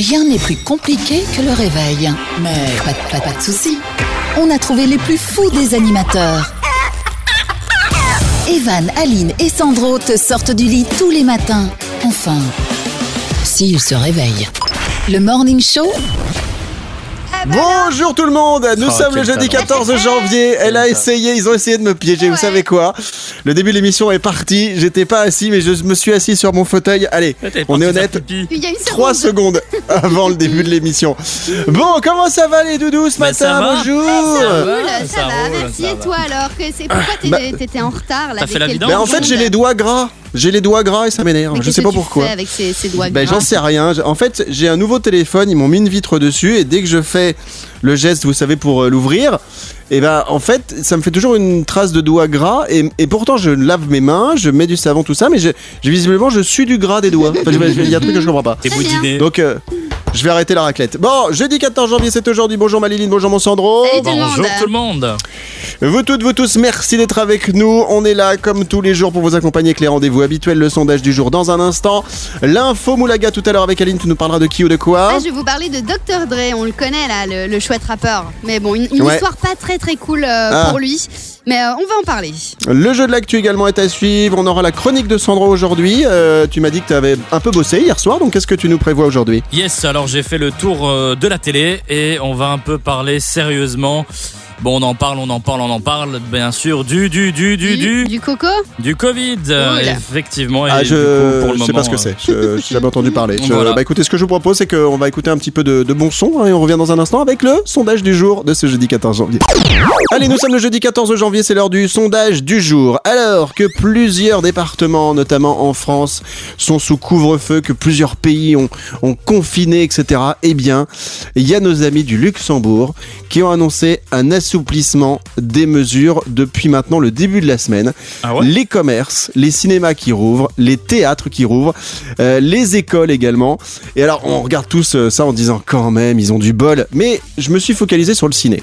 Rien n'est plus compliqué que le réveil. Mais pas de soucis. On a trouvé les plus fous des animateurs. Evan, Aline et Sandro te sortent du lit tous les matins. Enfin, s'ils se réveillent. Le Morning Show. Bonjour tout le monde, nous sommes le jeudi 14 janvier. Ils ont essayé de me piéger, vous savez quoi? Le début de l'émission est parti, j'étais pas assis mais je me suis assis sur mon fauteuil. Allez, on est honnête, 3 secondes avant le début de l'émission. Bon, comment ça va les doudous ce matin? Bonjour. Ça va, merci. Et toi alors? Pourquoi t'étais en retard là? T'as fait la vidange? En fait j'ai les doigts gras. J'ai les doigts gras et ça m'énerve. Je sais pas pourquoi. Avec ces doigts gras. J'en sais rien. En fait, j'ai un nouveau téléphone. Ils m'ont mis une vitre dessus et dès que je fais le geste, vous savez, pour l'ouvrir, et en fait, ça me fait toujours une trace de doigts gras et pourtant je lave mes mains, je mets du savon, tout ça, mais visiblement je suis du gras des doigts. Enfin, il y a un truc que je comprends pas. T'es boudinée. Donc je vais arrêter la raclette. Bon, jeudi 14 janvier, c'est aujourd'hui. Bonjour Maliline, bonjour mon Sandro. Bonjour tout le monde. Vous toutes, vous tous, merci d'être avec nous. On est là comme tous les jours pour vous accompagner avec les rendez-vous habituels, le sondage du jour dans un instant. L'info Moulaga tout à l'heure avec Aline, tu nous parleras de qui ou de quoi? Je vais vous parler de Dr Dre, on le connaît là, le chouette rappeur. Mais bon, une histoire pas très très cool pour lui. Mais on va en parler. Le jeu de l'actu également est à suivre. On aura la chronique de Sandro aujourd'hui. Tu m'as dit que tu avais un peu bossé hier soir, donc qu'est-ce que tu nous prévois aujourd'hui? Yes, alors j'ai fait le tour de la télé et on va un peu parler sérieusement. Bon, on en parle, bien sûr, du coco? Du Covid, effectivement. Et je pour le sais moment, pas ce que c'est, j'ai jamais entendu parler. Voilà. Écoutez, ce que je vous propose, c'est qu'on va écouter un petit peu de bon son, et on revient dans un instant avec le sondage du jour de ce jeudi 14 janvier. Allez, nous sommes le jeudi 14 janvier, c'est l'heure du sondage du jour. Alors que plusieurs départements, notamment en France, sont sous couvre-feu, que plusieurs pays ont confiné, etc., eh bien, il y a nos amis du Luxembourg qui ont annoncé un assouplissement des mesures depuis maintenant le début de la semaine. Ah ouais? Les commerces, les cinémas qui rouvrent, les théâtres qui rouvrent, les écoles également. Et alors, on regarde tous ça en disant quand même, ils ont du bol. Mais je me suis focalisé sur le ciné.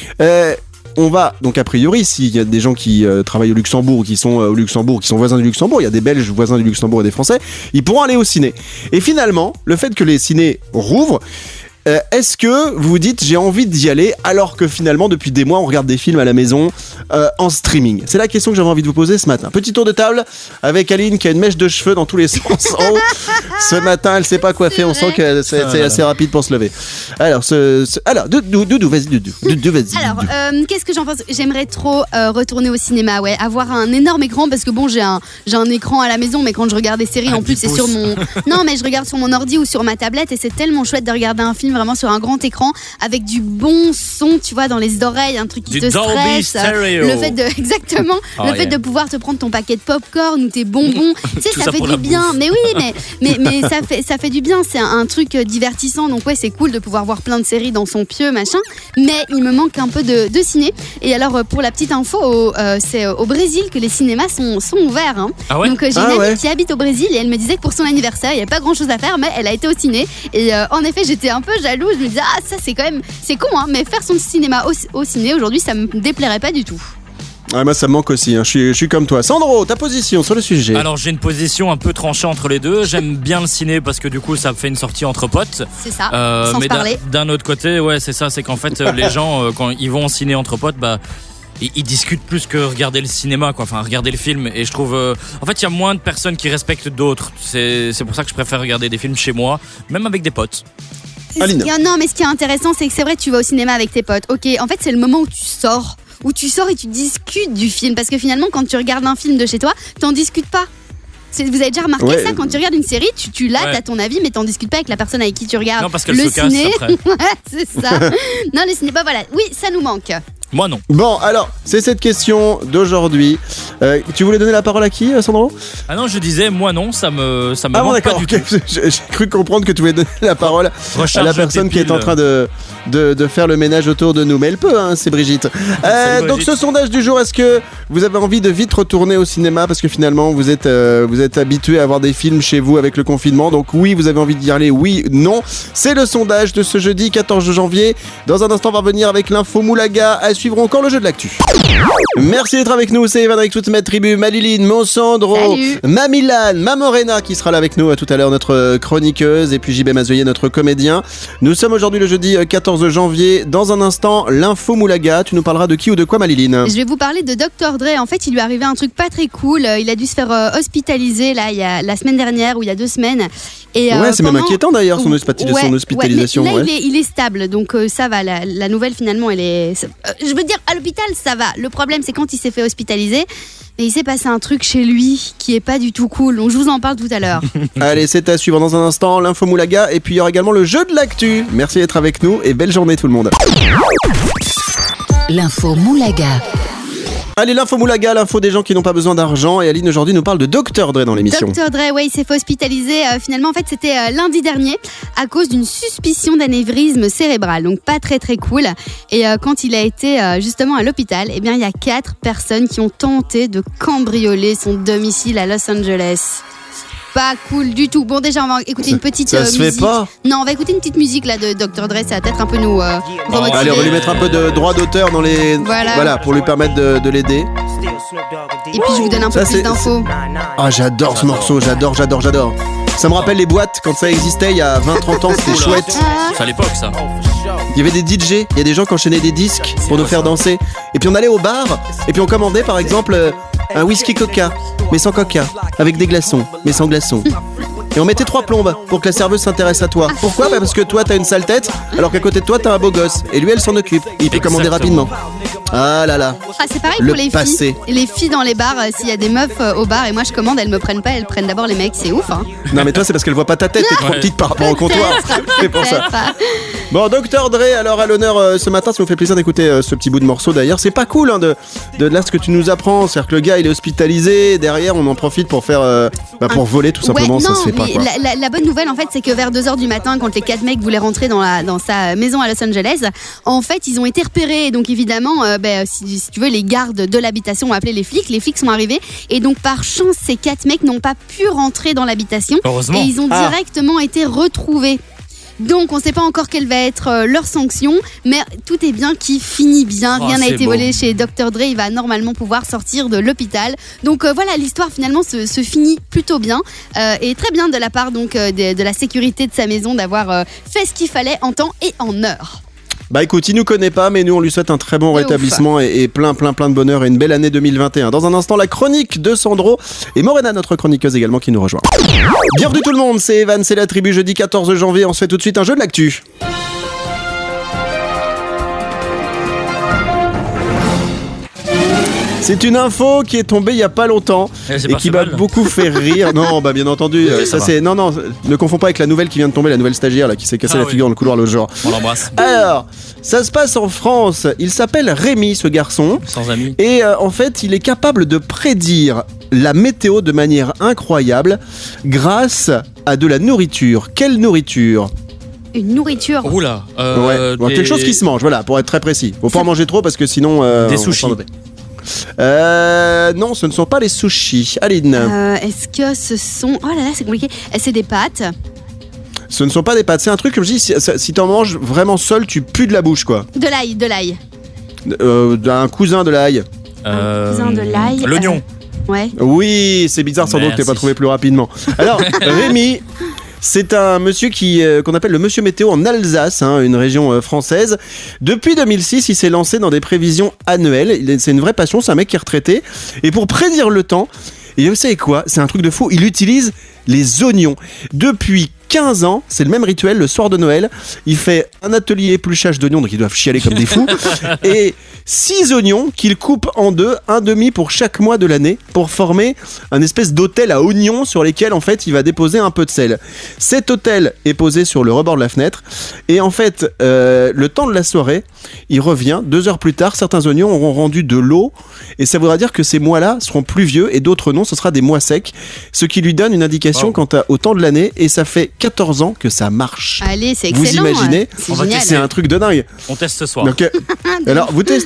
On va, donc a priori, s'il y a des gens qui travaillent au Luxembourg, qui sont au Luxembourg, qui sont voisins du Luxembourg, il y a des Belges voisins du Luxembourg et des Français, ils pourront aller au ciné. Et finalement, le fait que les cinés rouvrent, est-ce que vous vous dites j'ai envie d'y aller alors que finalement depuis des mois on regarde des films à la maison en streaming? C'est la question que j'avais envie de vous poser ce matin. Petit tour de table avec Aline qui a une mèche de cheveux dans tous les sens en haut. Ce matin elle sait pas coiffer, on sent que c'est assez rapide pour se lever. Alors, Doudou, vas-y Doudou. Alors, qu'est-ce que j'en pense? J'aimerais trop retourner au cinéma, avoir un énorme écran parce que bon j'ai un écran à la maison mais quand je regarde des séries en plus c'est sur mon... Non mais je regarde sur mon ordi ou sur ma tablette et c'est tellement chouette de regarder un film vraiment sur un grand écran avec du bon son, tu vois, dans les oreilles, un truc qui te stresse. Le fait de, exactement, fait de pouvoir te prendre ton paquet de popcorn ou tes bonbons, tu sais, ça fait du bien. Mais oui, mais ça fait du bien. C'est un truc divertissant. Donc ouais, c'est cool de pouvoir voir plein de séries dans son pieu, machin. Mais il me manque un peu de ciné. Et alors pour la petite info, c'est au Brésil que les cinémas sont ouverts. Hein. Ah ouais? Donc j'ai une amie qui habite au Brésil et elle me disait que pour son anniversaire, il n'y avait pas grand chose à faire, mais elle a été au ciné. Et en effet, j'étais un peu jalouse, je me disais ça c'est con hein, mais faire son cinéma au ciné aujourd'hui ça me déplairait pas du tout. Moi ça me manque aussi, hein. Je suis comme toi. Sandro, ta position sur le sujet? Alors j'ai une position un peu tranchée entre les deux. J'aime bien le ciné parce que du coup ça me fait une sortie entre potes. C'est ça, sans mais se parler. D'un autre côté, c'est ça, c'est qu'en fait les gens quand ils vont au ciné entre potes, ils discutent plus que regarder le cinéma, enfin regarder le film. Et je trouve, en fait, il y a moins de personnes qui respectent d'autres. C'est pour ça que je préfère regarder des films chez moi, même avec des potes. Aline. Non, mais ce qui est intéressant, c'est que c'est vrai, tu vas au cinéma avec tes potes. Ok, en fait, c'est le moment où tu sors et tu discutes du film. Parce que finalement, quand tu regardes un film de chez toi, t'en discutes pas. Vous avez déjà remarqué ça, quand tu regardes une série, tu l'as, t'as ton avis, mais t'en discutes pas avec la personne avec qui tu regardes. Non, parce qu'elle le se casse ciné. après. Ouais, c'est ça. Non, le ciné, voilà. Oui, ça nous manque. Moi non. Bon, alors, c'est cette question d'aujourd'hui. Tu voulais donner la parole à qui, Sandro? Ah non, je disais, moi non, ça me manque pas du tout. J'ai cru comprendre que tu voulais donner la parole à la personne qui est en train de faire le ménage autour de nous. Mais elle peut, hein, c'est Brigitte. Donc ce sondage du jour, est-ce que vous avez envie de vite retourner au cinéma parce que finalement vous êtes habitué à voir des films chez vous avec le confinement? Donc oui, vous avez envie d'y aller, oui, non. C'est le sondage de ce jeudi 14 janvier. Dans un instant, on va revenir avec l'info Moulaga. À suivre encore le jeu de l'actu. Merci d'être avec nous, c'est Evan avec tout toute ma tribu, ma Liline, mon Sandro, Salut. ma Milan, ma Morena qui sera là avec nous tout à l'heure, notre chroniqueuse, et puis JB Mazoyer, notre comédien. Nous sommes aujourd'hui le jeudi 14 janvier. Dans un instant, l'info Moulaga. Tu nous parleras de qui ou de quoi, ma Liline? Je vais vous parler de Dr Dre. En fait, il lui est arrivé un truc pas très cool. Il a dû se faire hospitaliser là, il y a la semaine dernière ou il y a 2 semaines. Et, Ouais, c'est même inquiétant d'ailleurs son hospitalisation. mais là, ouais. il est stable, donc ça va. La nouvelle finalement, elle est. Je veux dire, à l'hôpital, ça va. Le problème, c'est quand il s'est fait hospitaliser. Et il s'est passé un truc chez lui qui est pas du tout cool. Donc je vous en parle tout à l'heure. Allez, c'est à suivre dans un instant, l'info Moulaga, et puis il y aura également le jeu de l'actu. Merci d'être avec nous et belle journée tout le monde. L'info Moulaga. Allez, l'info Moulaga, l'info des gens qui n'ont pas besoin d'argent. Et Aline aujourd'hui nous parle de Dr Dre dans l'émission. Dr Dre, ouais, il s'est fait hospitaliser. Finalement, en fait, c'était lundi dernier à cause d'une suspicion d'anévrisme cérébral. Donc pas très très cool. Et quand il a été justement à l'hôpital, eh bien il y a 4 personnes qui ont tenté de cambrioler son domicile à Los Angeles. Pas cool du tout. Bon, déjà, on va écouter une petite ça se musique. fait pas. Non, on va écouter une petite musique là de Dr Dre. Ça va peut-être un peu nous remotiver. Allez, on va lui mettre un peu de droit d'auteur dans les. Voilà. Pour lui permettre de l'aider. Et puis je vous donne un peu Ça, plus d'infos. Ah, j'adore ce morceau, j'adore. Ça me rappelle les boîtes quand ça existait il y a 20-30 ans, c'était Oula. chouette. C'est à l'époque ça. Il y avait des DJ, il y a des gens qui enchaînaient des disques pour nous faire danser. Et puis on allait au bar, et puis on commandait par exemple un whisky coca, mais sans coca, avec des glaçons, mais sans glaçons. Et on mettait 3 plombes pour que la serveuse s'intéresse à toi. Pourquoi ? Parce que toi t'as une sale tête, alors qu'à côté de toi t'as un beau gosse. Et lui elle s'en occupe, et il peut commander rapidement. Ah là là. Ah, c'est pareil Le pour les passé. filles. Les filles dans les bars, s'il y a des meufs au bar et moi je commande, elles me prennent pas, elles prennent d'abord les mecs, c'est ouf. Hein. Non mais toi c'est parce qu'elle voit pas ta tête, t'es trop Ouais. petite par rapport au comptoir. C'est pour ça. Peut-être. Bon, Dr Dre, alors à l'honneur ce matin, ça nous fait plaisir d'écouter ce petit bout de morceau d'ailleurs. C'est pas cool hein, de là ce que tu nous apprends, c'est-à-dire que le gars il est hospitalisé, derrière on en profite pour faire pour voler tout simplement, Ouais, ça non, se fait pas mais quoi. la bonne nouvelle en fait, c'est que vers 2h du matin, quand les 4 mecs voulaient rentrer dans sa maison à Los Angeles, en fait ils ont été repérés. Donc évidemment, si tu veux, les gardes de l'habitation ont appelé les flics sont arrivés et donc par chance ces 4 mecs n'ont pas pu rentrer dans l'habitation. Heureusement. Et ils ont directement été retrouvés. Donc on ne sait pas encore quelle va être leur sanction, mais tout est bien qui finit bien. Oh, Rien n'a c'est été beau. volé chez Dr Dre, il va normalement pouvoir sortir de l'hôpital. Donc voilà, l'histoire finalement se finit plutôt bien et très bien de la part donc de la sécurité de sa maison d'avoir fait ce qu'il fallait en temps et en heure. Bah écoute, il nous connaît pas, mais nous on lui souhaite un très bon De rétablissement et plein de bonheur et une belle année 2021. Dans un instant, la chronique de Sandro et Morena, notre chroniqueuse également, qui nous rejoint. Bienvenue tout le monde, c'est Evan, c'est la tribu, jeudi 14 janvier, on se fait tout de suite un jeu de l'actu. C'est une info qui est tombée il y a pas longtemps Eh, c'est et pas qui fait m'a mal. beaucoup fait rire. Non, bah bien entendu, Ok, ça va. non, ne confonds pas avec la nouvelle qui vient de tomber, la nouvelle stagiaire là qui s'est cassée Ah la oui. figure dans le couloir l'autre jour. On l'embrasse. Alors, ça se passe en France. Il s'appelle Rémi, ce garçon. Sans amis. Et en fait, il est capable de prédire la météo de manière incroyable grâce à de la nourriture. Quelle nourriture ? Une nourriture. Oula. Ouais, bon, quelque chose qui se mange, voilà, pour être très précis. Faut pas en manger trop parce que sinon... Des on va sushis. s'en doper. Non, ce ne sont pas les sushis. Aline, Est-ce que ce sont... Oh là là, c'est compliqué. C'est des pâtes. ce ne sont pas des pâtes. C'est un truc, comme je dis, si t'en manges vraiment seul, tu pues de la bouche, quoi. De l'ail. Un cousin de l'ail. Cousin de l'ail. L'oignon. Ouais. Oui, c'est bizarre, sans doute que tu n'aies pas Merci. trouvé plus rapidement. Alors, Rémi, c'est un monsieur qu'on appelle le monsieur météo en Alsace, hein, une région française. Depuis 2006, il s'est lancé dans des prévisions annuelles. C'est une vraie passion, c'est un mec qui est retraité. Et pour prédire le temps, et vous savez quoi ? C'est un truc de fou. Il utilise les oignons. Depuis 15 ans, c'est le même rituel le soir de Noël. Il fait un atelier épluchage d'oignons, donc ils doivent chialer comme des fous. Et 6 oignons qu'il coupe en deux, un demi pour chaque mois de l'année, pour former un espèce d'autel à oignons sur lesquels en fait il va déposer un peu de sel. Cet autel est posé sur le rebord de la fenêtre et en fait le temps de la soirée, il revient 2 heures plus tard, certains oignons auront rendu de l'eau et ça voudra dire que ces mois-là seront pluvieux et d'autres non, ce sera des mois secs, ce qui lui donne une indication quant au temps de l'année et ça fait 14 ans que ça marche. Allez, c'est Vous imaginez imaginez C'est On va génial. C'est un truc de dingue. On teste ce soir. Donc, alors, vous testez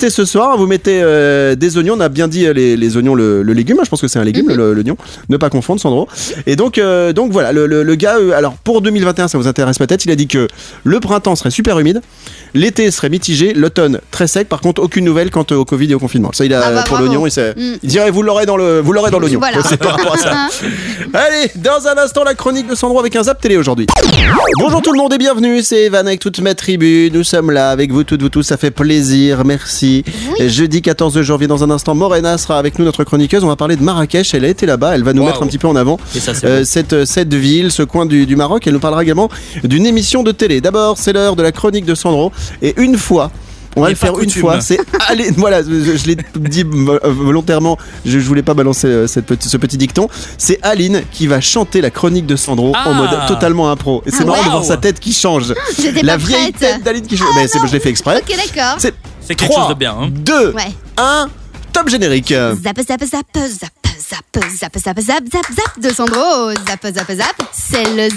cuisez ce soir, vous mettez des oignons, on a bien dit les oignons, le légume, je pense que c'est un légume, l'oignon, ne pas confondre, Sandro. Et donc voilà, le gars, alors pour 2021, ça vous intéresse peut-être, il a dit que le printemps serait super humide, l'été serait mitigé, l'automne très sec, par contre aucune nouvelle quant au Covid et au confinement. Ça, il a pour l'oignon, il dirait vous l'aurez dans l'oignon. Voilà. C'est par rapport à ça. Allez, dans un instant, la chronique de Sandro avec un Zap Télé aujourd'hui. Bonjour tout le monde et bienvenue, c'est Evan avec toute ma tribu. Nous sommes là avec vous toutes, vous tous, ça fait plaisir, merci. Oui. Jeudi 14 janvier, dans un instant, Morena sera avec nous, notre chroniqueuse. On va parler de Marrakech, elle a été là-bas, elle va nous mettre un petit peu en avant cette ville, ce coin du Maroc. Elle nous parlera également d'une émission de télé. D'abord, c'est l'heure de la chronique de Sandro. Et une fois, on va le faire une fois, c'est Aline. Voilà, je l'ai dit volontairement, je voulais pas balancer ce petit dicton. C'est Aline qui va chanter la chronique de Sandro en mode totalement impro. Et c'est marrant de voir sa tête qui change. J'étais la pas vieille prête. tête d'Aline qui change. Mais je l'ai fait exprès. Ok, d'accord. C'est quelque chose de bien. 2, 1, top générique. Zap, zap, zap, zap, zap, zap, zap, zap, zap, zap de Sandro. Zap, zap, zap. C'est le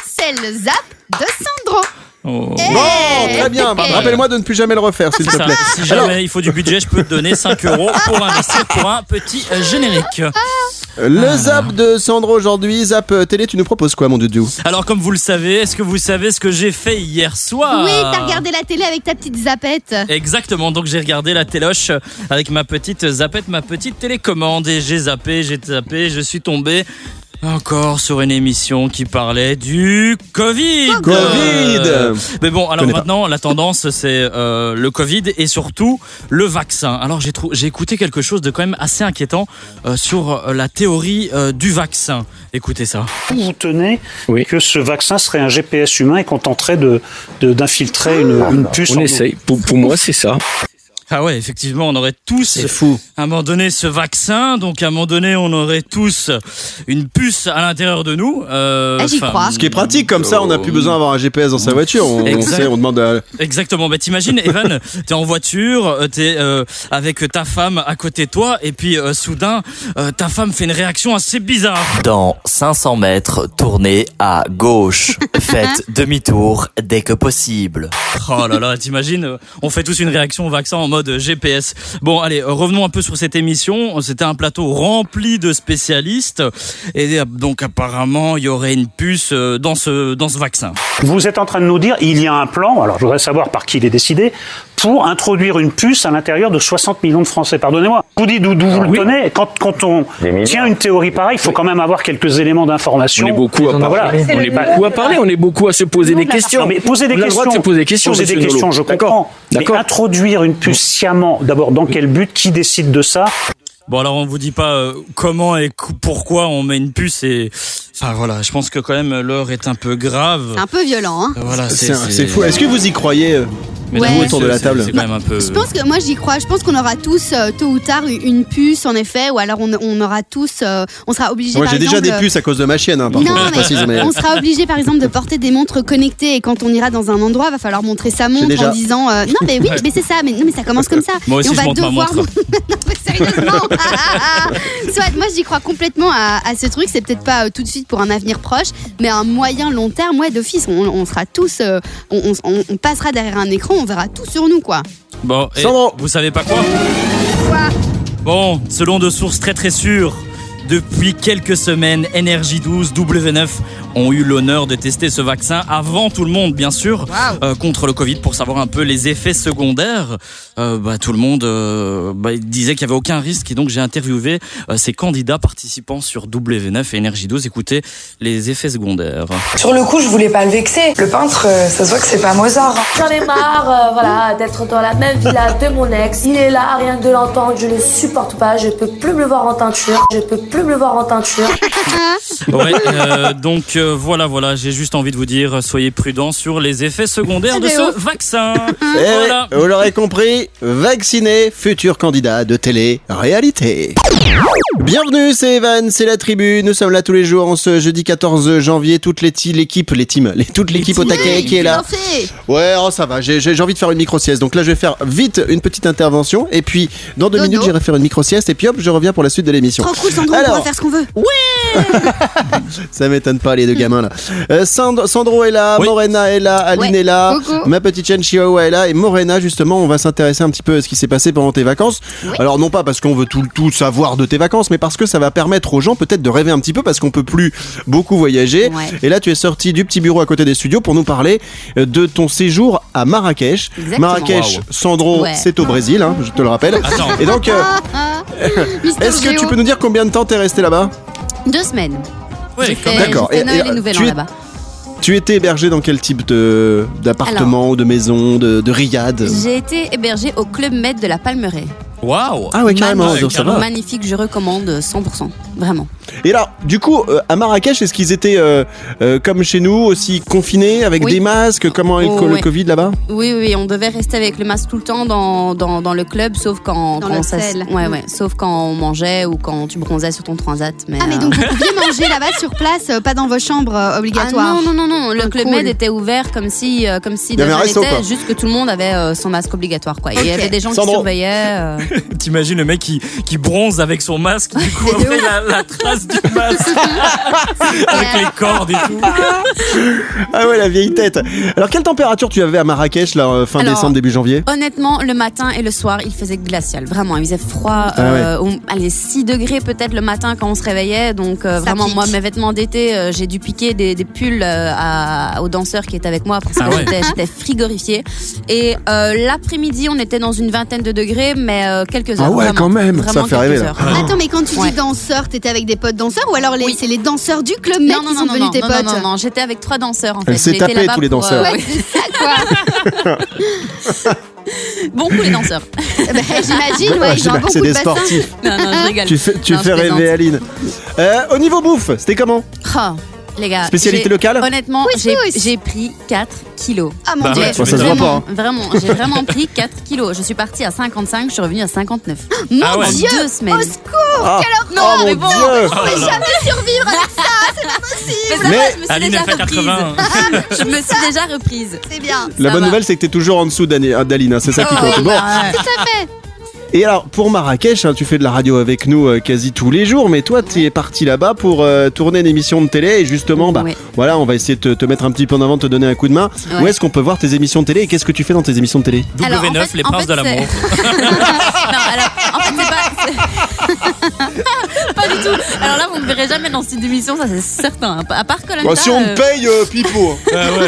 zap de Sandro. Oh. Bon, très bien. Rappelle-moi de ne plus jamais le refaire, s'il te plaît. Si jamais il faut du budget, je peux te donner 5 € pour investir pour un petit générique. Le Zap de Sandro aujourd'hui. Zap Télé, tu nous proposes quoi, mon doudou? Alors, comme vous le savez, est-ce que vous savez ce que j'ai fait hier soir? Oui, t'as regardé la télé avec ta petite zappette. Exactement, donc j'ai regardé la téloche avec ma petite zappette, ma petite télécommande, et j'ai zappé, je suis tombé encore sur une émission qui parlait du Covid. Mais bon, alors maintenant, la tendance, c'est le Covid et surtout le vaccin. Alors j'ai écouté quelque chose de quand même assez inquiétant sur la théorie du vaccin. Écoutez ça. Vous tenez que ce vaccin serait un GPS humain et qu'on tenterait d'infiltrer une puce. On essaye. Pour moi, c'est ça. Ah ouais, effectivement, on aurait tous, à un moment donné, ce vaccin. Donc, à un moment donné, on aurait tous une puce à l'intérieur de nous. J'y crois. Ce qui est pratique, comme ça, on n'a plus besoin d'avoir un GPS dans sa voiture. On sait, on demande à... Exactement. Bah, t'imagines, Evan, t'es en voiture, t'es avec ta femme à côté de toi, et puis soudain, ta femme fait une réaction assez bizarre. Dans 500 mètres, tournez à gauche. Faites demi-tour dès que possible. Oh là là, t'imagines, on fait tous une réaction au vaccin en mode GPS. Bon, allez, revenons un peu sur cette émission. C'était un plateau rempli de spécialistes. Et donc, apparemment, il y aurait une puce dans ce vaccin. Vous êtes en train de nous dire, il y a un plan, alors je voudrais savoir par qui il est décidé, pour introduire une puce à l'intérieur de 60 millions de Français. Pardonnez-moi. Vous dites d'où vous le tenez. Quand on tient une théorie pareille, il faut quand même avoir quelques éléments d'information. On est beaucoup à parler. On est beaucoup à se poser des questions. Non, mais poser des questions, je comprends. Mais introduire une puce sciemment, d'abord, dans quel but? Qui décide de ça? Bon, alors on vous dit pas comment et pourquoi on met une puce et... Enfin voilà, je pense que quand même l'heure est un peu grave. C'est un peu violent, hein. Voilà, c'est fou. Est-ce que vous y croyez autour de la table? C'est quand même un peu... Je pense que moi j'y crois. Je pense qu'on aura tous tôt ou tard une puce en effet, ou alors on aura tous, on sera obligé. Moi j'ai déjà des puces à cause de ma chienne. Hein, on sera obligé par exemple de porter des montres connectées et quand on ira dans un endroit, va falloir montrer sa montre en disant non mais oui, mais c'est ça, mais non mais ça commence comme ça. Moi aussi et on je va montre ma montre. non mais sérieusement. Soit moi j'y crois complètement à ce truc. C'est peut-être pas tout de suite pour un avenir proche, mais à un moyen long terme, d'office, on sera tous, on passera derrière un écran, on verra tout sur nous, quoi. Bon, et vous savez pas quoi? Bon, selon de sources très très sûres, depuis quelques semaines, Énergie 12, W9 ont eu l'honneur de tester ce vaccin avant tout le monde, bien sûr, contre le Covid, pour savoir un peu les effets secondaires. Tout le monde disait qu'il n'y avait aucun risque, et donc j'ai interviewé ces candidats participants sur W9 et Énergie 12. Écoutez les effets secondaires. Sur le coup, je voulais pas le vexer. Le peintre, ça se voit que c'est pas Mozart. J'en ai marre, d'être dans la même village de mon ex. Il est là, rien que de l'entendre, je le supporte pas. Je peux plus me le voir en teinture. Donc voilà, j'ai juste envie de vous dire, soyez prudents sur les effets secondaires de ce vaccin. Voilà. Vous l'aurez compris, vacciné, futur candidat de télé-réalité. Bienvenue, c'est Evan, c'est la tribu. Nous sommes là tous les jours en ce jeudi 14 janvier. Toute l'équipe au taquet qui est là. Ouais, ça va. J'ai envie de faire une micro-sieste. Donc là, je vais faire vite une petite intervention. Et puis, dans 2 minutes, j'irai faire une micro-sieste. Et puis hop, je reviens pour la suite de l'émission. Trop cool, Sandro, on pourra faire ce qu'on veut. Ouais. Ça m'étonne pas, les deux gamins là. Sandro est là, Morena est là, Aline est là, ma petite chienne Chihuahua est là. Et Morena, justement, on va s'intéresser un petit peu à ce qui s'est passé pendant tes vacances. Alors, non pas parce qu'on veut tout savoir de tes vacances, mais parce que ça va permettre aux gens peut-être de rêver un petit peu parce qu'on peut plus beaucoup voyager. Et là, tu es sorti du petit bureau à côté des studios pour nous parler de ton séjour à Marrakech. Exactement. Marrakech, Sandro, c'est au Brésil, hein, je te le rappelle. Attends. Et donc, est-ce que tu peux nous dire combien de temps t'es resté là-bas ? 2 semaines. J'ai fait Noël et Nouvel An là-bas. Tu étais hébergé dans quel type d'appartement ou de maison, de riad ? J'ai été hébergé au Club Med de la Palmeraie. Waouh! Ah ouais, carrément, ça va. Magnifique, je recommande 100%, vraiment. Et alors, du coup, à Marrakech, est-ce qu'ils étaient comme chez nous, aussi confinés, avec des masques? Comment est le Covid là-bas? Oui, on devait rester avec le masque tout le temps dans le club, sauf quand sauf quand on mangeait ou quand tu bronzais sur ton transat. Mais donc vous pouviez manger là-bas sur place, pas dans vos chambres obligatoires? Non, le Club Med était ouvert comme si de rien n'était, juste que tout le monde avait son masque obligatoire, quoi. Il y avait des gens qui surveillaient. T'imagines le mec qui bronze avec son masque, du coup après la trace du masque avec les cordes et tout. Ah ouais, la vieille tête. Alors quelle température tu avais à Marrakech là, fin décembre, début janvier? Honnêtement, le matin et le soir, il faisait glacial. Vraiment, il faisait froid. 6 degrés peut-être le matin quand on se réveillait. Donc vraiment, moi, mes vêtements d'été, j'ai dû piquer des pulls aux danseurs qui étaient avec moi parce que j'étais frigorifiée. Et l'après-midi, on était dans une 20aine de degrés, mais quelques heures. Ah ouais, vraiment, quand même, ça fait rêver. Attends, mais quand tu dis danseurs, t'étais avec des potes danseurs ou alors c'est les danseurs du Club Med qui sont devenus tes potes? Non, j'étais avec 3 danseurs en fait. Elle s'est tapée tous les danseurs. C'est ça quoi. Bon coup les danseurs. J'imagine, ils ont un bon c'est coup des de sportifs. Non, je rigole. Tu fais rêver Aline. Au niveau bouffe, c'était comment? Les gars, spécialité locale? Honnêtement, j'ai pris 4 kilos. Ah mon Dieu, ça se voit pas. Hein. Vraiment, j'ai vraiment pris 4 kilos. Je suis partie à 55, je suis revenue à 59. Mon Dieu, 2 semaines. Au secours! Quelle horreur! Non, mais bon, je pourrais jamais survivre avec ça, c'est pas possible. Mais je me suis déjà reprise. Je me suis déjà reprise. C'est bien. La bonne nouvelle, c'est que t'es toujours en dessous d'Aline, c'est ça qui compte. Bon. Tout à fait. Et alors, pour Marrakech, tu fais de la radio avec nous quasi tous les jours, mais toi, tu es parti là-bas pour tourner une émission de télé et justement, voilà, on va essayer de te mettre un petit peu en avant, de te donner un coup de main. Où est-ce qu'on peut voir tes émissions de télé et qu'est-ce que tu fais dans tes émissions de télé? W9, les princes de l'amour. Non, alors, en fait, c'est pas du tout. Alors là, vous me verrez jamais dans cette émission, ça c'est certain. À part Koh-Lanta. Si on te paye, Pipo.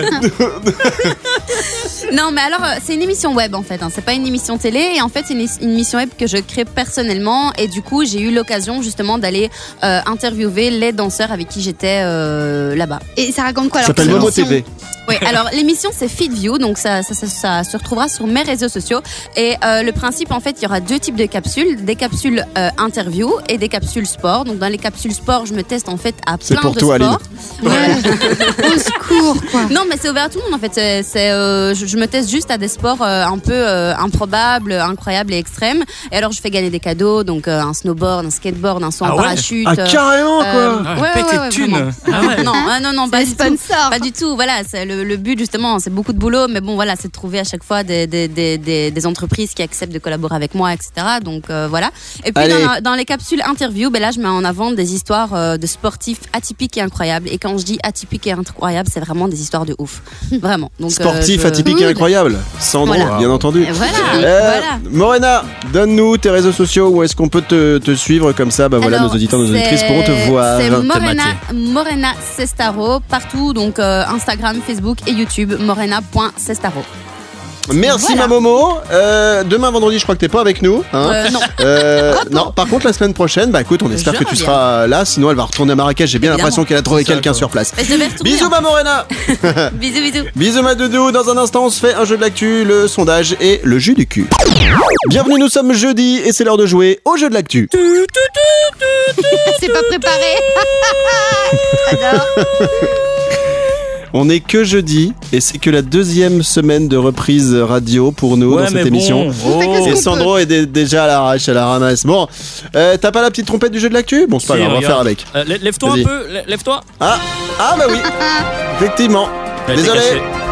Non, mais alors, c'est une émission web en fait. C'est pas une émission télé. Et en fait, c'est une émission web que je crée personnellement. Et du coup, j'ai eu l'occasion justement d'aller interviewer les danseurs avec qui j'étais là-bas. Et ça raconte quoi alors? Ça s'appelle Momo TV. Oui, alors l'émission c'est FitView, donc ça se retrouvera sur mes réseaux sociaux. Et le principe, en fait, il y aura 2 types de capsules, des capsules interview et des capsules sport. Donc dans les capsules sport, je me teste en fait à plein de sports. Aline. Au secours, quoi. Non, mais c'est ouvert à tout le monde en fait. Je me teste juste à des sports un peu improbables, incroyables et extrêmes. Et alors je fais gagner des cadeaux, donc un snowboard, un skateboard, un saut en parachute. Ah carrément quoi. Pété de thunes. Non, pas du tout. Pas du tout. Voilà, c'est le but justement, c'est beaucoup de boulot, mais bon voilà, c'est de trouver à chaque fois des entreprises qui acceptent de collaborer avec moi, etc. Donc voilà. Et puis dans les capsules interview, là je mets en avant des histoires de sportifs atypiques et incroyables. Et quand je dis atypiques et incroyables, c'est vraiment des histoires de ouf. Vraiment. Donc, sportifs atypiques et incroyables. Sandro, bien entendu. Voilà. Morena, donne-nous tes réseaux sociaux, où est-ce qu'on peut te suivre comme ça, voilà, nos auditeurs, nos auditrices pourront te voir. C'est Morena Sestaro partout, donc Instagram, Facebook et YouTube, morena.sestaro. Merci ma Momo. Demain vendredi, je crois que t'es pas avec nous. Hein. Non. Non. Par contre, la semaine prochaine, écoute, on espère que tu seras là. Sinon, elle va retourner à Marrakech. J'ai bien l'impression qu'elle a trouvé quelqu'un sur place. Bisous ma Morena. Bisous. Bisous ma doudou. Dans un instant, on se fait un jeu de l'actu, le sondage et le jus du cul. Bienvenue, nous sommes jeudi et c'est l'heure de jouer au jeu de l'actu. C'est pas préparé. J'adore. On est que jeudi et c'est que la deuxième semaine de reprise radio pour nous dans cette émission. Et Sandro est déjà à l'arrache, à la ramasse. Bon, t'as pas la petite trompette du jeu de l'actu ? Bon, c'est pas grave, on va faire avec. Lève-toi un peu, lève-toi. Ah bah oui, effectivement. Désolé.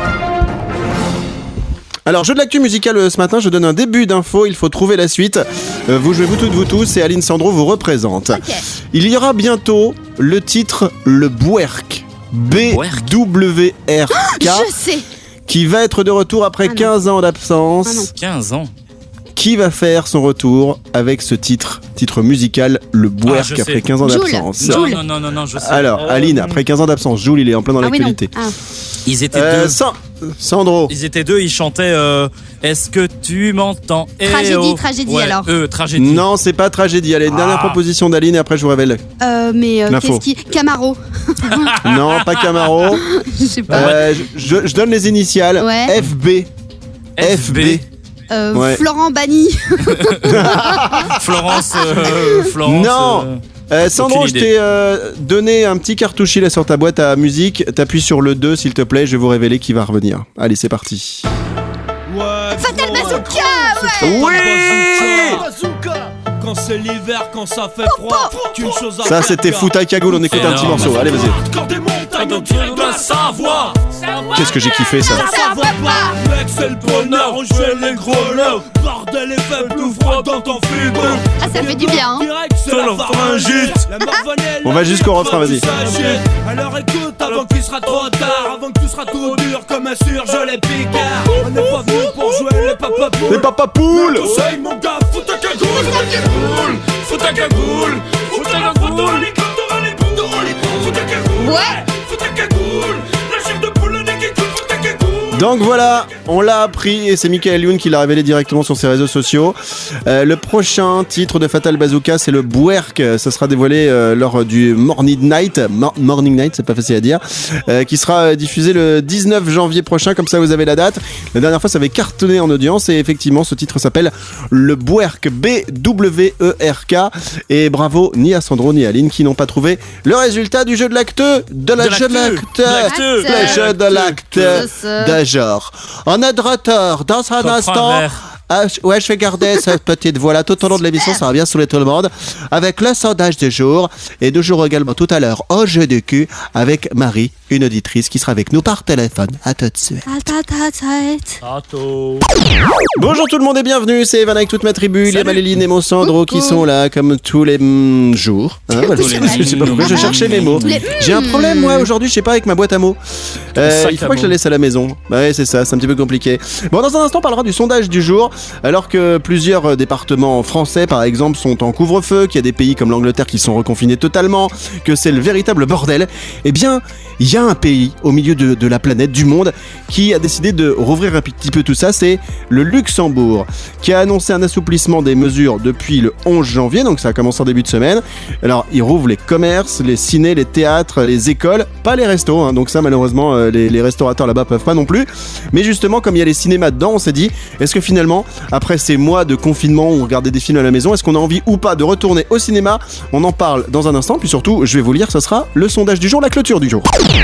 Alors, jeu de l'actu musical ce matin, je donne un début d'info, il faut trouver la suite. Vous jouez vous toutes, vous tous, et Aline Sandro vous représente. Okay. Il y aura bientôt le titre Le Bwerk. B-W-R-K. Je sais. Qui va être de retour après 15 ans d'absence. 15 ans. Qui va faire son retour avec ce titre musical, Le Bwerk, après 15 ans d'absence. Non, je sais. Alors, Aline, après 15 ans d'absence, Joule, il est en plein dans l'actualité. Ils étaient deux. Sandro. Ils étaient deux, ils chantaient Est-ce que tu m'entends ? Tragédie alors. Tragédie. Non, c'est pas tragédie. Allez, une dernière proposition d'Aline et après je vous révèle. Qu'est-ce qui... Camaro. Non, pas Camaro. Je sais pas. Je donne les initiales. Ouais. FB. Florent Bagny. Florence. Non. Sandro, je t'ai donné un petit cartouchis là sur ta boîte à musique. T'appuies sur le 2 s'il te plaît, je vais vous révéler qui va revenir. Allez, c'est parti. Fatal Bazooka. Oui. Quand c'est l'hiver, quand ça fait froid, qu'une chose à ça c'était Fouta Cagoule, on écoute un petit morceau. Allez, vas-y. Qu'est-ce que j'ai kiffé ça. Mec, c'est le bonheur, on joue les gros lots. Bordel et faible, tout froid dans ton frigo. Ah, ça fait du bien, hein. C'est la pharyngite. On va jusqu'au refrain, vas-y. Alors écoute, avant qu'il sera trop tard, avant que tu seras tout dur comme un surgelé picard. On n'est pas venu pour jouer les papapoules. Les papapoules. Conseil mon gars, fous ta cagoule. Fous ta cagoule. Fous ta cagoule. Ouais. Fous ta cagoule. La chef de poule, qui coule, fous ta cagoule. Donc voilà, on l'a appris et c'est Michael Youn qui l'a révélé directement sur ses réseaux sociaux. Le prochain titre de Fatal Bazooka, c'est le Bwerk. Ça sera dévoilé lors du Morning Night, c'est pas facile à dire, qui sera diffusé le 19 janvier prochain. Comme ça, vous avez la date. La dernière fois, ça avait cartonné en audience et effectivement, ce titre s'appelle le Bwerk, B-W-E-R-K. Et bravo ni à Sandro ni à Aline qui n'ont pas trouvé le résultat du jeu de l'acte, le jeu de l'acte genre. On est de retour dans un instant. Ouais, je vais garder cette petite voix-là tout au long de l'émission, ça va bien saouler tout le monde. Avec le sondage du jour et de jour également tout à l'heure au jeu de cul avec Marie, une auditrice qui sera avec nous par téléphone. À tout de suite. Bonjour tout le monde et bienvenue, c'est Evan avec toute ma tribu. Il y a Maléline et mon Sandro qui sont là comme tous les jours. Hein, je sais pas pourquoi je cherchais mes mots. J'ai un problème moi aujourd'hui, je sais pas, avec ma boîte à mots. Il faut pas que je la laisse à la maison. Ouais, c'est ça, c'est un petit peu compliqué. Bon, dans un instant on parlera du sondage du jour. Alors que plusieurs départements français, par exemple, sont en couvre-feu, qu'il y a des pays comme l'Angleterre qui sont reconfinés totalement, que c'est le véritable bordel, eh bien, il y a un pays au milieu de la planète, du monde, qui a décidé de rouvrir un petit peu tout ça, c'est le Luxembourg, qui a annoncé un assouplissement des mesures depuis le 11 janvier, donc ça a commencé en début de semaine. Alors, ils rouvrent les commerces, les cinés, les théâtres, les écoles, pas les restos, hein, donc ça, malheureusement, les restaurateurs là-bas peuvent pas non plus. Mais justement, comme il y a les cinémas dedans, on s'est dit, est-ce que finalement, après ces mois de confinement où on regardait des films à la maison, est-ce qu'on a envie ou pas de retourner au cinéma ? On en parle dans un instant, puis surtout, je vais vous lire, ce sera le sondage du jour, la clôture du jour.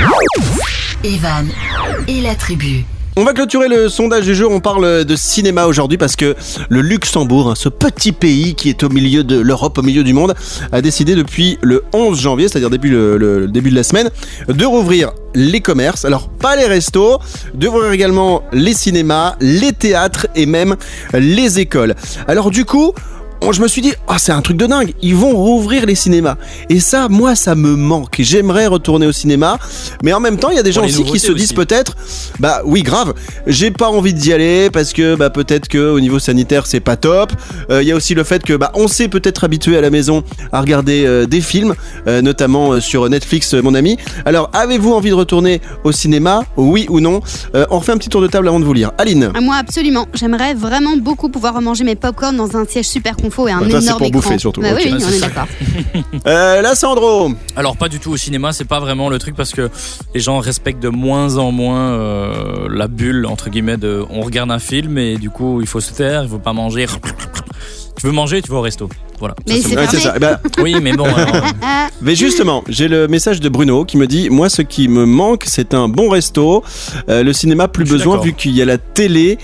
Evan et la tribu. On va clôturer le sondage du jour, on parle de cinéma aujourd'hui parce que le Luxembourg, ce petit pays qui est au milieu de l'Europe, au milieu du monde, a décidé depuis le 11 janvier, c'est-à-dire depuis le début de la semaine, de rouvrir les commerces, alors pas les restos, d'ouvrir également les cinémas, les théâtres et même les écoles. Alors du coup, je me suis dit, c'est un truc de dingue, ils vont rouvrir les cinémas. Et ça, moi, ça me manque. J'aimerais retourner au cinéma, mais en même temps, il y a des gens aussi qui se disent peut-être, oui, grave, j'ai pas envie d'y aller parce que peut-être que au niveau sanitaire, c'est pas top. Il y a aussi le fait que on s'est peut-être habitué à la maison à regarder des films, notamment sur Netflix, mon ami. Alors, avez-vous envie de retourner au cinéma, oui ou non ? On refait un petit tour de table avant de vous lire. Aline ? Moi, absolument. J'aimerais vraiment beaucoup pouvoir remanger mes popcorn dans un siège super confort et un énorme c'est pour écran. Bouffer surtout. Oui, on est d'accord. Là, Sandro. Alors pas du tout au cinéma, c'est pas vraiment le truc parce que les gens respectent de moins en moins la bulle entre guillemets de on regarde un film et du coup il faut se taire, il faut pas manger. Tu veux manger, tu vas au resto. Voilà. Mais Ça, c'est Ouais, c'est ça. fermé. Eh ben, Oui, mais bon. alors, mais justement, j'ai le message de Bruno qui me dit moi, ce qui me manque, c'est un bon resto. Le cinéma, plus Je suis besoin d'accord. vu qu'il y a la télé.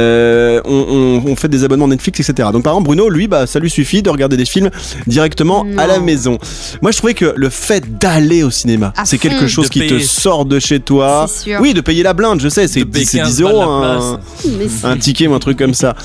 On fait des abonnements Netflix, etc. Donc, par exemple, Bruno, lui, ça lui suffit de regarder des films directement à la maison. Moi, je trouvais que le fait d'aller au cinéma, À c'est fond. quelque chose De qui te payer. sort de chez toi. C'est sûr. Oui, de payer la blinde, je sais, c'est De payer 10 15 euros balles la un, Mais c'est- un ticket ou un truc comme ça.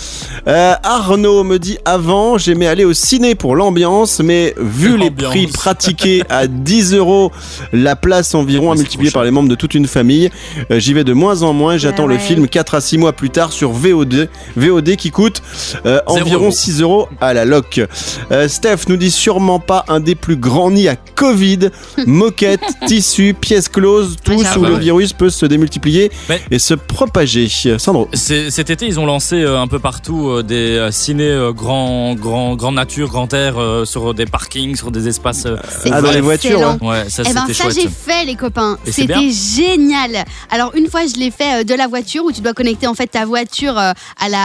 Arnaud me dit avant, j'aimais aller au ciné pour l'ambiance, mais vu les L'ambiance. prix pratiqués à 10 euros la place environ à Mais c'est multiplier trop par les membres de toute une famille, j'y vais de moins en moins. J'attends Ouais, le ouais. film 4 à 6 mois plus tard sur VOD qui coûte environ euros. 6 euros à la loc. Steph nous dit sûrement pas un des plus grands nids à Covid, moquettes, tissus, pièces closes, tout Ouais, où j'avoue. le virus peut se démultiplier Mais- et se propager. Sandro. Cet été, ils ont lancé un peu partout des cinés grand nature, grand air sur des parkings, sur des espaces. C'est dans les voitures, excellent. Ouais, ça Eh ben c'était ça chouette. j'ai fait les copains, Et c'est c'était bien génial. Alors une fois je l'ai fait de la voiture où tu dois connecter en fait ta voiture à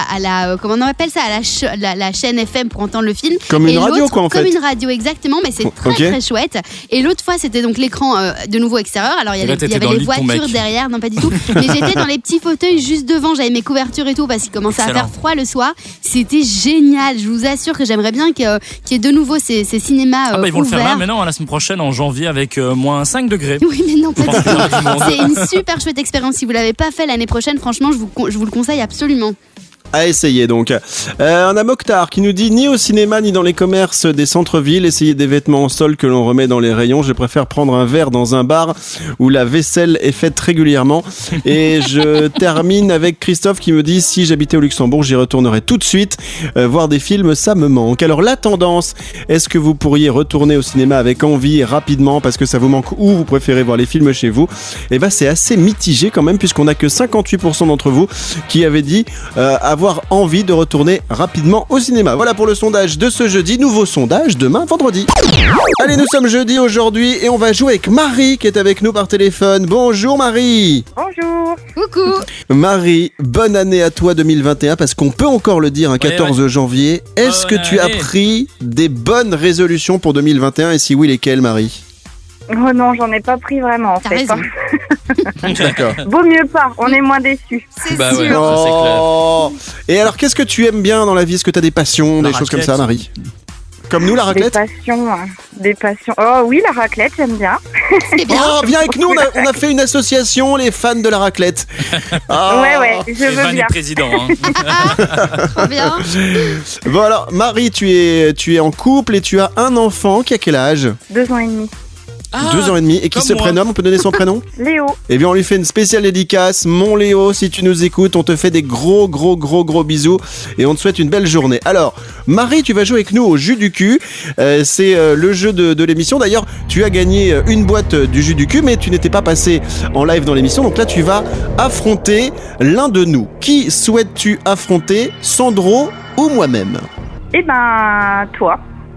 la comment on appelle ça à la chaîne FM pour entendre le film. Comme une Et radio, l'autre, quoi, en comme fait. une radio exactement, mais c'est très Ok. très chouette. Et l'autre fois c'était donc l'écran de nouveau extérieur. Alors il Et là, y t'étais avait dans le les lit de ton voitures mec. derrière, non pas du tout. Mais j'étais dans les petits fauteuils juste devant, j'avais mes couvertures et tout parce qu'il commençait à Excellent. faire froid le soir. C'était génial. Je vous assure que j'aimerais bien qu'il y ait de nouveau ces cinémas Ah bah ils vont le faire là ouverts. maintenant, la semaine prochaine, en janvier, avec moins 5 degrés. Oui, mais non, pas du tout. Du monde. C'est une super chouette expérience. Si vous l'avez pas fait l'année prochaine, franchement, je vous le conseille absolument. À essayer donc. On a Mokhtar qui nous dit ni au cinéma ni dans les commerces des centres-villes, essayez des vêtements en sol que l'on remet dans les rayons. Je préfère prendre un verre dans un bar où la vaisselle est faite régulièrement. Et je termine avec Christophe qui me dit si j'habitais au Luxembourg, j'y retournerais tout de suite. Voir des films, ça me manque. Alors la tendance, est-ce que vous pourriez retourner au cinéma avec envie et rapidement parce que ça vous manque ou vous préférez voir les films chez vous? Eh ben c'est assez mitigé quand même puisqu'on a que 58% d'entre vous qui avaient dit avoir envie de retourner rapidement au cinéma. Voilà pour le sondage de ce jeudi. Nouveau sondage demain vendredi. Allez, nous sommes jeudi aujourd'hui et on va jouer avec Marie qui est avec nous par téléphone. Bonjour Marie. Bonjour. Coucou. Marie, bonne année à toi 2021 parce qu'on peut encore le dire un 14 janvier. Est-ce que tu as année. pris des bonnes résolutions pour 2021 et si oui, lesquelles Marie? Oh non, j'en ai pas pris vraiment en T'as fait. raison. D'accord. Vaut mieux pas, on est moins déçus. C'est Bah ouais. sûr. Ça, c'est clair. Oh. Et alors, qu'est-ce que tu aimes bien dans la vie? Est-ce que tu as des passions, La des choses comme raclette. ça, Marie? Comme nous, la Des raclette? passions, hein. Des passions. Oh oui, la raclette, j'aime bien. C'est bien. Oh, viens avec nous, on a fait une association, les fans de la raclette. Ah. Ouais, je veux Evan bien. est président. Hein. Trop bien. Bon alors, Marie, tu es en couple et tu as un enfant qui a quel âge? 2 ans et demi. 2 ans et demi. Et qui comme se moi. prénomme? On peut donner son prénom? Léo. Eh bien, on lui fait une spéciale dédicace. Mon Léo, si tu nous écoutes, on te fait des gros bisous et on te souhaite une belle journée. Alors, Marie, tu vas jouer avec nous au jus du cul. C'est le jeu de l'émission. D'ailleurs, tu as gagné une boîte du jus du cul, mais tu n'étais pas passé en live dans l'émission. Donc là, tu vas affronter l'un de nous. Qui souhaites-tu affronter, Sandro ou moi-même? Eh ben, toi.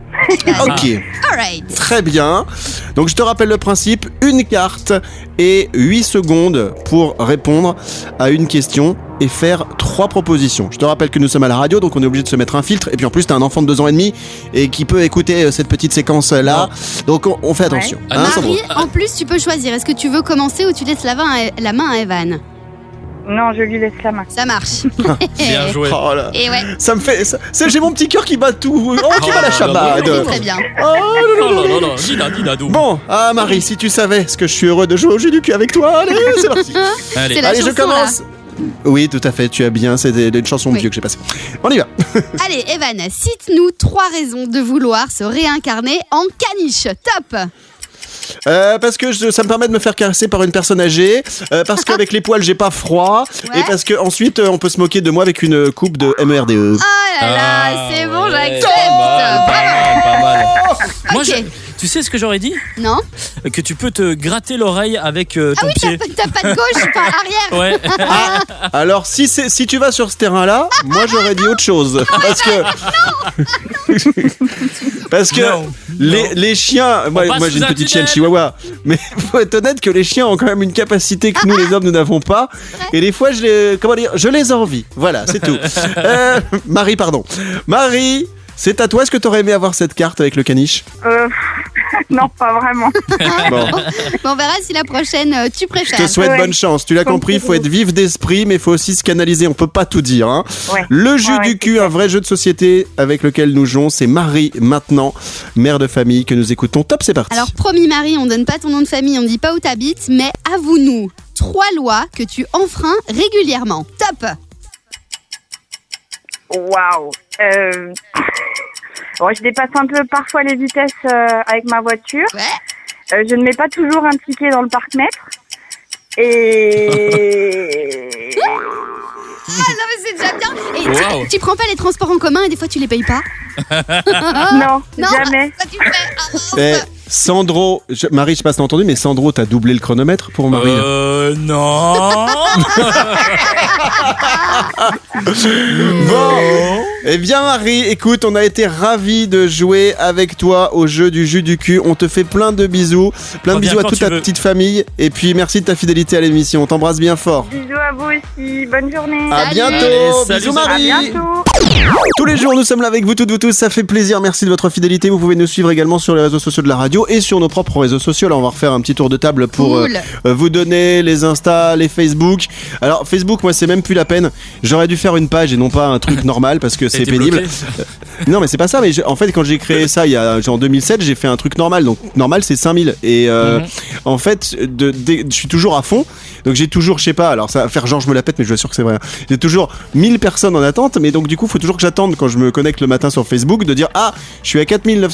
Ok. Alright. Très bien. Donc je te rappelle le principe, une carte et 8 secondes pour répondre à une question et faire 3 propositions. Je te rappelle que nous sommes à la radio, donc on est obligé de se mettre un filtre. Et puis en plus, t'as un enfant de 2 ans et demi et qui peut écouter cette petite séquence-là. Donc on fait attention. Ouais. Hein, Sandro? Marie, en plus, tu peux choisir. Est-ce que tu veux commencer ou tu laisses la main à Evan? Non, je lui laisse la main. Ça marche. Bien joué. Oh là. Et ouais. Ça me fait... j'ai mon petit cœur qui bat tout. Oh, qui bat la chamade. C'est très bien. Oh là là, dis-la, Bon, Marie, si tu savais ce que je suis heureux de jouer au jus du cul avec toi. Allez, c'est parti. Allez. C'est la Allez, je chanson, commence. Oui, tout à fait, tu as bien, c'est une chanson Oui. vieux que j'ai passée. On y va. Allez, Evan, cite-nous 3 raisons de vouloir se réincarner en caniche. Top. Parce que ça me permet de me faire caresser par une personne âgée, parce qu'avec les poils j'ai pas froid, Ouais. et parce que ensuite on peut se moquer de moi avec une coupe de MERDE. Oh là là, Ah, c'est bon, ouais, j'accepte. Pas mal. Moi, Ok. tu sais ce que j'aurais dit? Non. Que tu peux te gratter l'oreille avec ton Ah oui, pied. t'as pas de gauche, pas arrière. Ouais. Alors si tu vas sur ce terrain-là, moi j'aurais dit autre chose, parce que Non. les chiens, moi passe j'ai une sous un petite chienne tunnel. chihuahua, mais faut être honnête que les chiens ont quand même une capacité que nous les hommes nous n'avons pas, et des fois je les envie. Voilà, c'est tout. Marie, C'est à toi, est-ce que t'aurais aimé avoir cette carte avec le caniche ? Non, pas vraiment. Bon. Bon, on verra si la prochaine tu préfères. Je te souhaite bonne chance. Tu l'as compris, il faut être vif d'esprit, mais il faut aussi se canaliser. On peut pas tout dire. Hein. Ouais. Le jeu du cul, un vrai jeu de société avec lequel nous jouons, c'est Marie maintenant, mère de famille que nous écoutons. Top, c'est parti. Alors, promis Marie, on donne pas ton nom de famille, on dit pas où t'habites, mais avoue-nous 3 lois que tu enfreins régulièrement. Top. Waouh. Bon, je dépasse un peu parfois les vitesses avec ma voiture. Ouais. Je ne mets pas toujours un ticket dans le parc-mètre. Et... Ah non mais c'est déjà bien. Et tu prends pas les transports en commun et des fois tu les payes pas. Non, jamais. Ça tu fais. Sandro, Marie, je sais pas si t'as entendu, mais Sandro, t'as doublé le chronomètre pour Marie. Non. Bon, eh bien Marie, écoute, on a été ravis de jouer avec toi au jeu du jus du cul. On te fait plein de bisous, plein de bisous à toute ta petite famille. Et puis merci de ta fidélité à l'émission. On t'embrasse bien fort. Bisous à vous aussi. Bonne journée. À bientôt. Bisous Marie. À bientôt. Tous les jours, nous sommes là avec vous toutes, vous tous. Ça fait plaisir. Merci de votre fidélité. Vous pouvez nous suivre également sur les réseaux sociaux de la radio et sur nos propres réseaux sociaux. Là, on va refaire un petit tour de table pour vous donner les Insta, les Facebook. Alors, Facebook, moi, c'est même plus la peine. J'aurais dû faire une page et non pas un truc normal parce que c'est pénible. Non, mais c'est pas ça. Mais en fait, quand j'ai créé ça, il y a en 2007, j'ai fait un truc normal. Donc, normal, c'est 5000. Et en fait, je suis toujours à fond. Donc, j'ai toujours, je sais pas, alors ça va faire genre, je me la pète, mais je vous assure que c'est vrai. J'ai toujours 1000 personnes en attente. Mais donc, du coup, il faut toujours que j'attende quand je me connecte le matin sur Facebook de dire ah, je suis à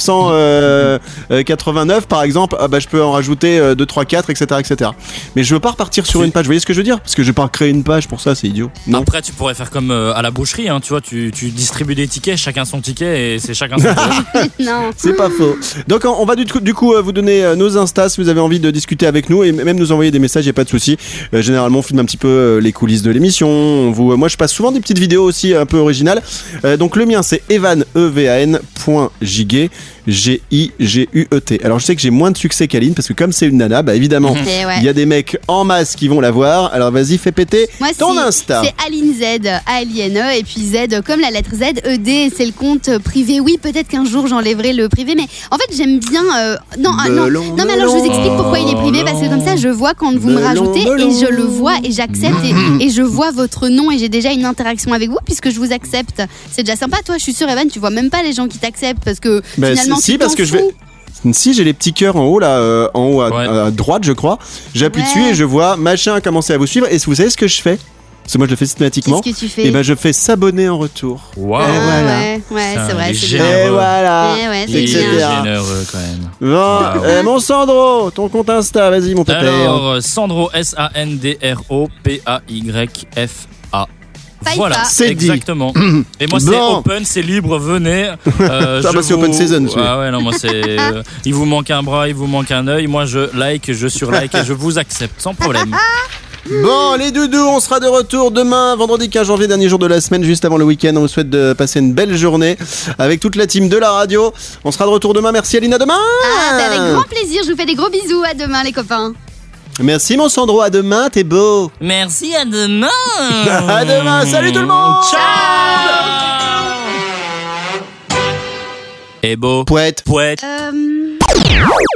4989 par exemple, ah bah je peux en rajouter 2, 3, 4, etc., etc. Mais je veux pas repartir sur une page, vous voyez ce que je veux dire ? Parce que je vais pas créer une page pour ça, c'est idiot. Non. Après, tu pourrais faire comme à la boucherie, hein, tu vois, tu distribues des tickets, chacun son ticket et c'est chacun son ticket. Non. C'est pas faux. Donc on va du coup vous donner nos Insta si vous avez envie de discuter avec nous et même nous envoyer des messages, y a pas de souci. Généralement on filme un petit peu les coulisses de l'émission. Moi je passe souvent des petites vidéos aussi un peu originales. Donc le mien c'est evan.giguet. G-I-G-U-E-T. Alors je sais que j'ai moins de succès qu'Aline parce que comme c'est une nana, bah évidemment il y a des mecs en masse qui vont la voir. Alors vas-y, fais péter ton Insta. C'est Aline Z, A-L-I-N-E et puis Z comme la lettre Z, E-D, c'est le compte privé. Oui, peut-être qu'un jour j'enlèverai le privé, mais en fait j'aime bien. Non, mais alors je vous explique pourquoi il est privé parce que comme ça je vois quand vous me rajoutez et je le vois et j'accepte et je vois votre nom et j'ai déjà une interaction avec vous puisque je vous accepte. C'est déjà sympa, toi. Je suis sûre, Evan, tu vois même pas les gens qui t'acceptent parce que finalement. Si, parce que je vais. Si, j'ai les petits cœurs en haut là, à droite, je crois. J'appuie dessus et je vois machin a commencé à vous suivre. Et vous savez ce que je fais ? Parce que moi je le fais systématiquement. Qu'est-ce que tu fais ? Et ben je fais s'abonner en retour. Waouh. Ouais, c'est vrai. C'est et voilà. C'est généreux quand même. Bon, mon Sandro, ton compte Insta, vas-y mon pépère. Alors Sandro, S-A-N-D-R-O-P-A-Y-F-A. Voilà, c'est exactement. Et moi c'est open, c'est libre, venez. C'est open season. Ah ouais, non, moi c'est. Il vous manque un bras, il vous manque un œil. Moi je like, je surlike et je vous accepte sans problème. Bon, les doudous, on sera de retour demain, vendredi 15 janvier, dernier jour de la semaine, juste avant le week-end. On vous souhaite de passer une belle journée avec toute la team de la radio. On sera de retour demain. Merci Aline, à demain. Avec grand plaisir, je vous fais des gros bisous. À demain les copains. Merci mon Sandro, à demain, t'es beau. Merci, à demain. À demain, salut tout le monde. Ciao. Et beau. Poète.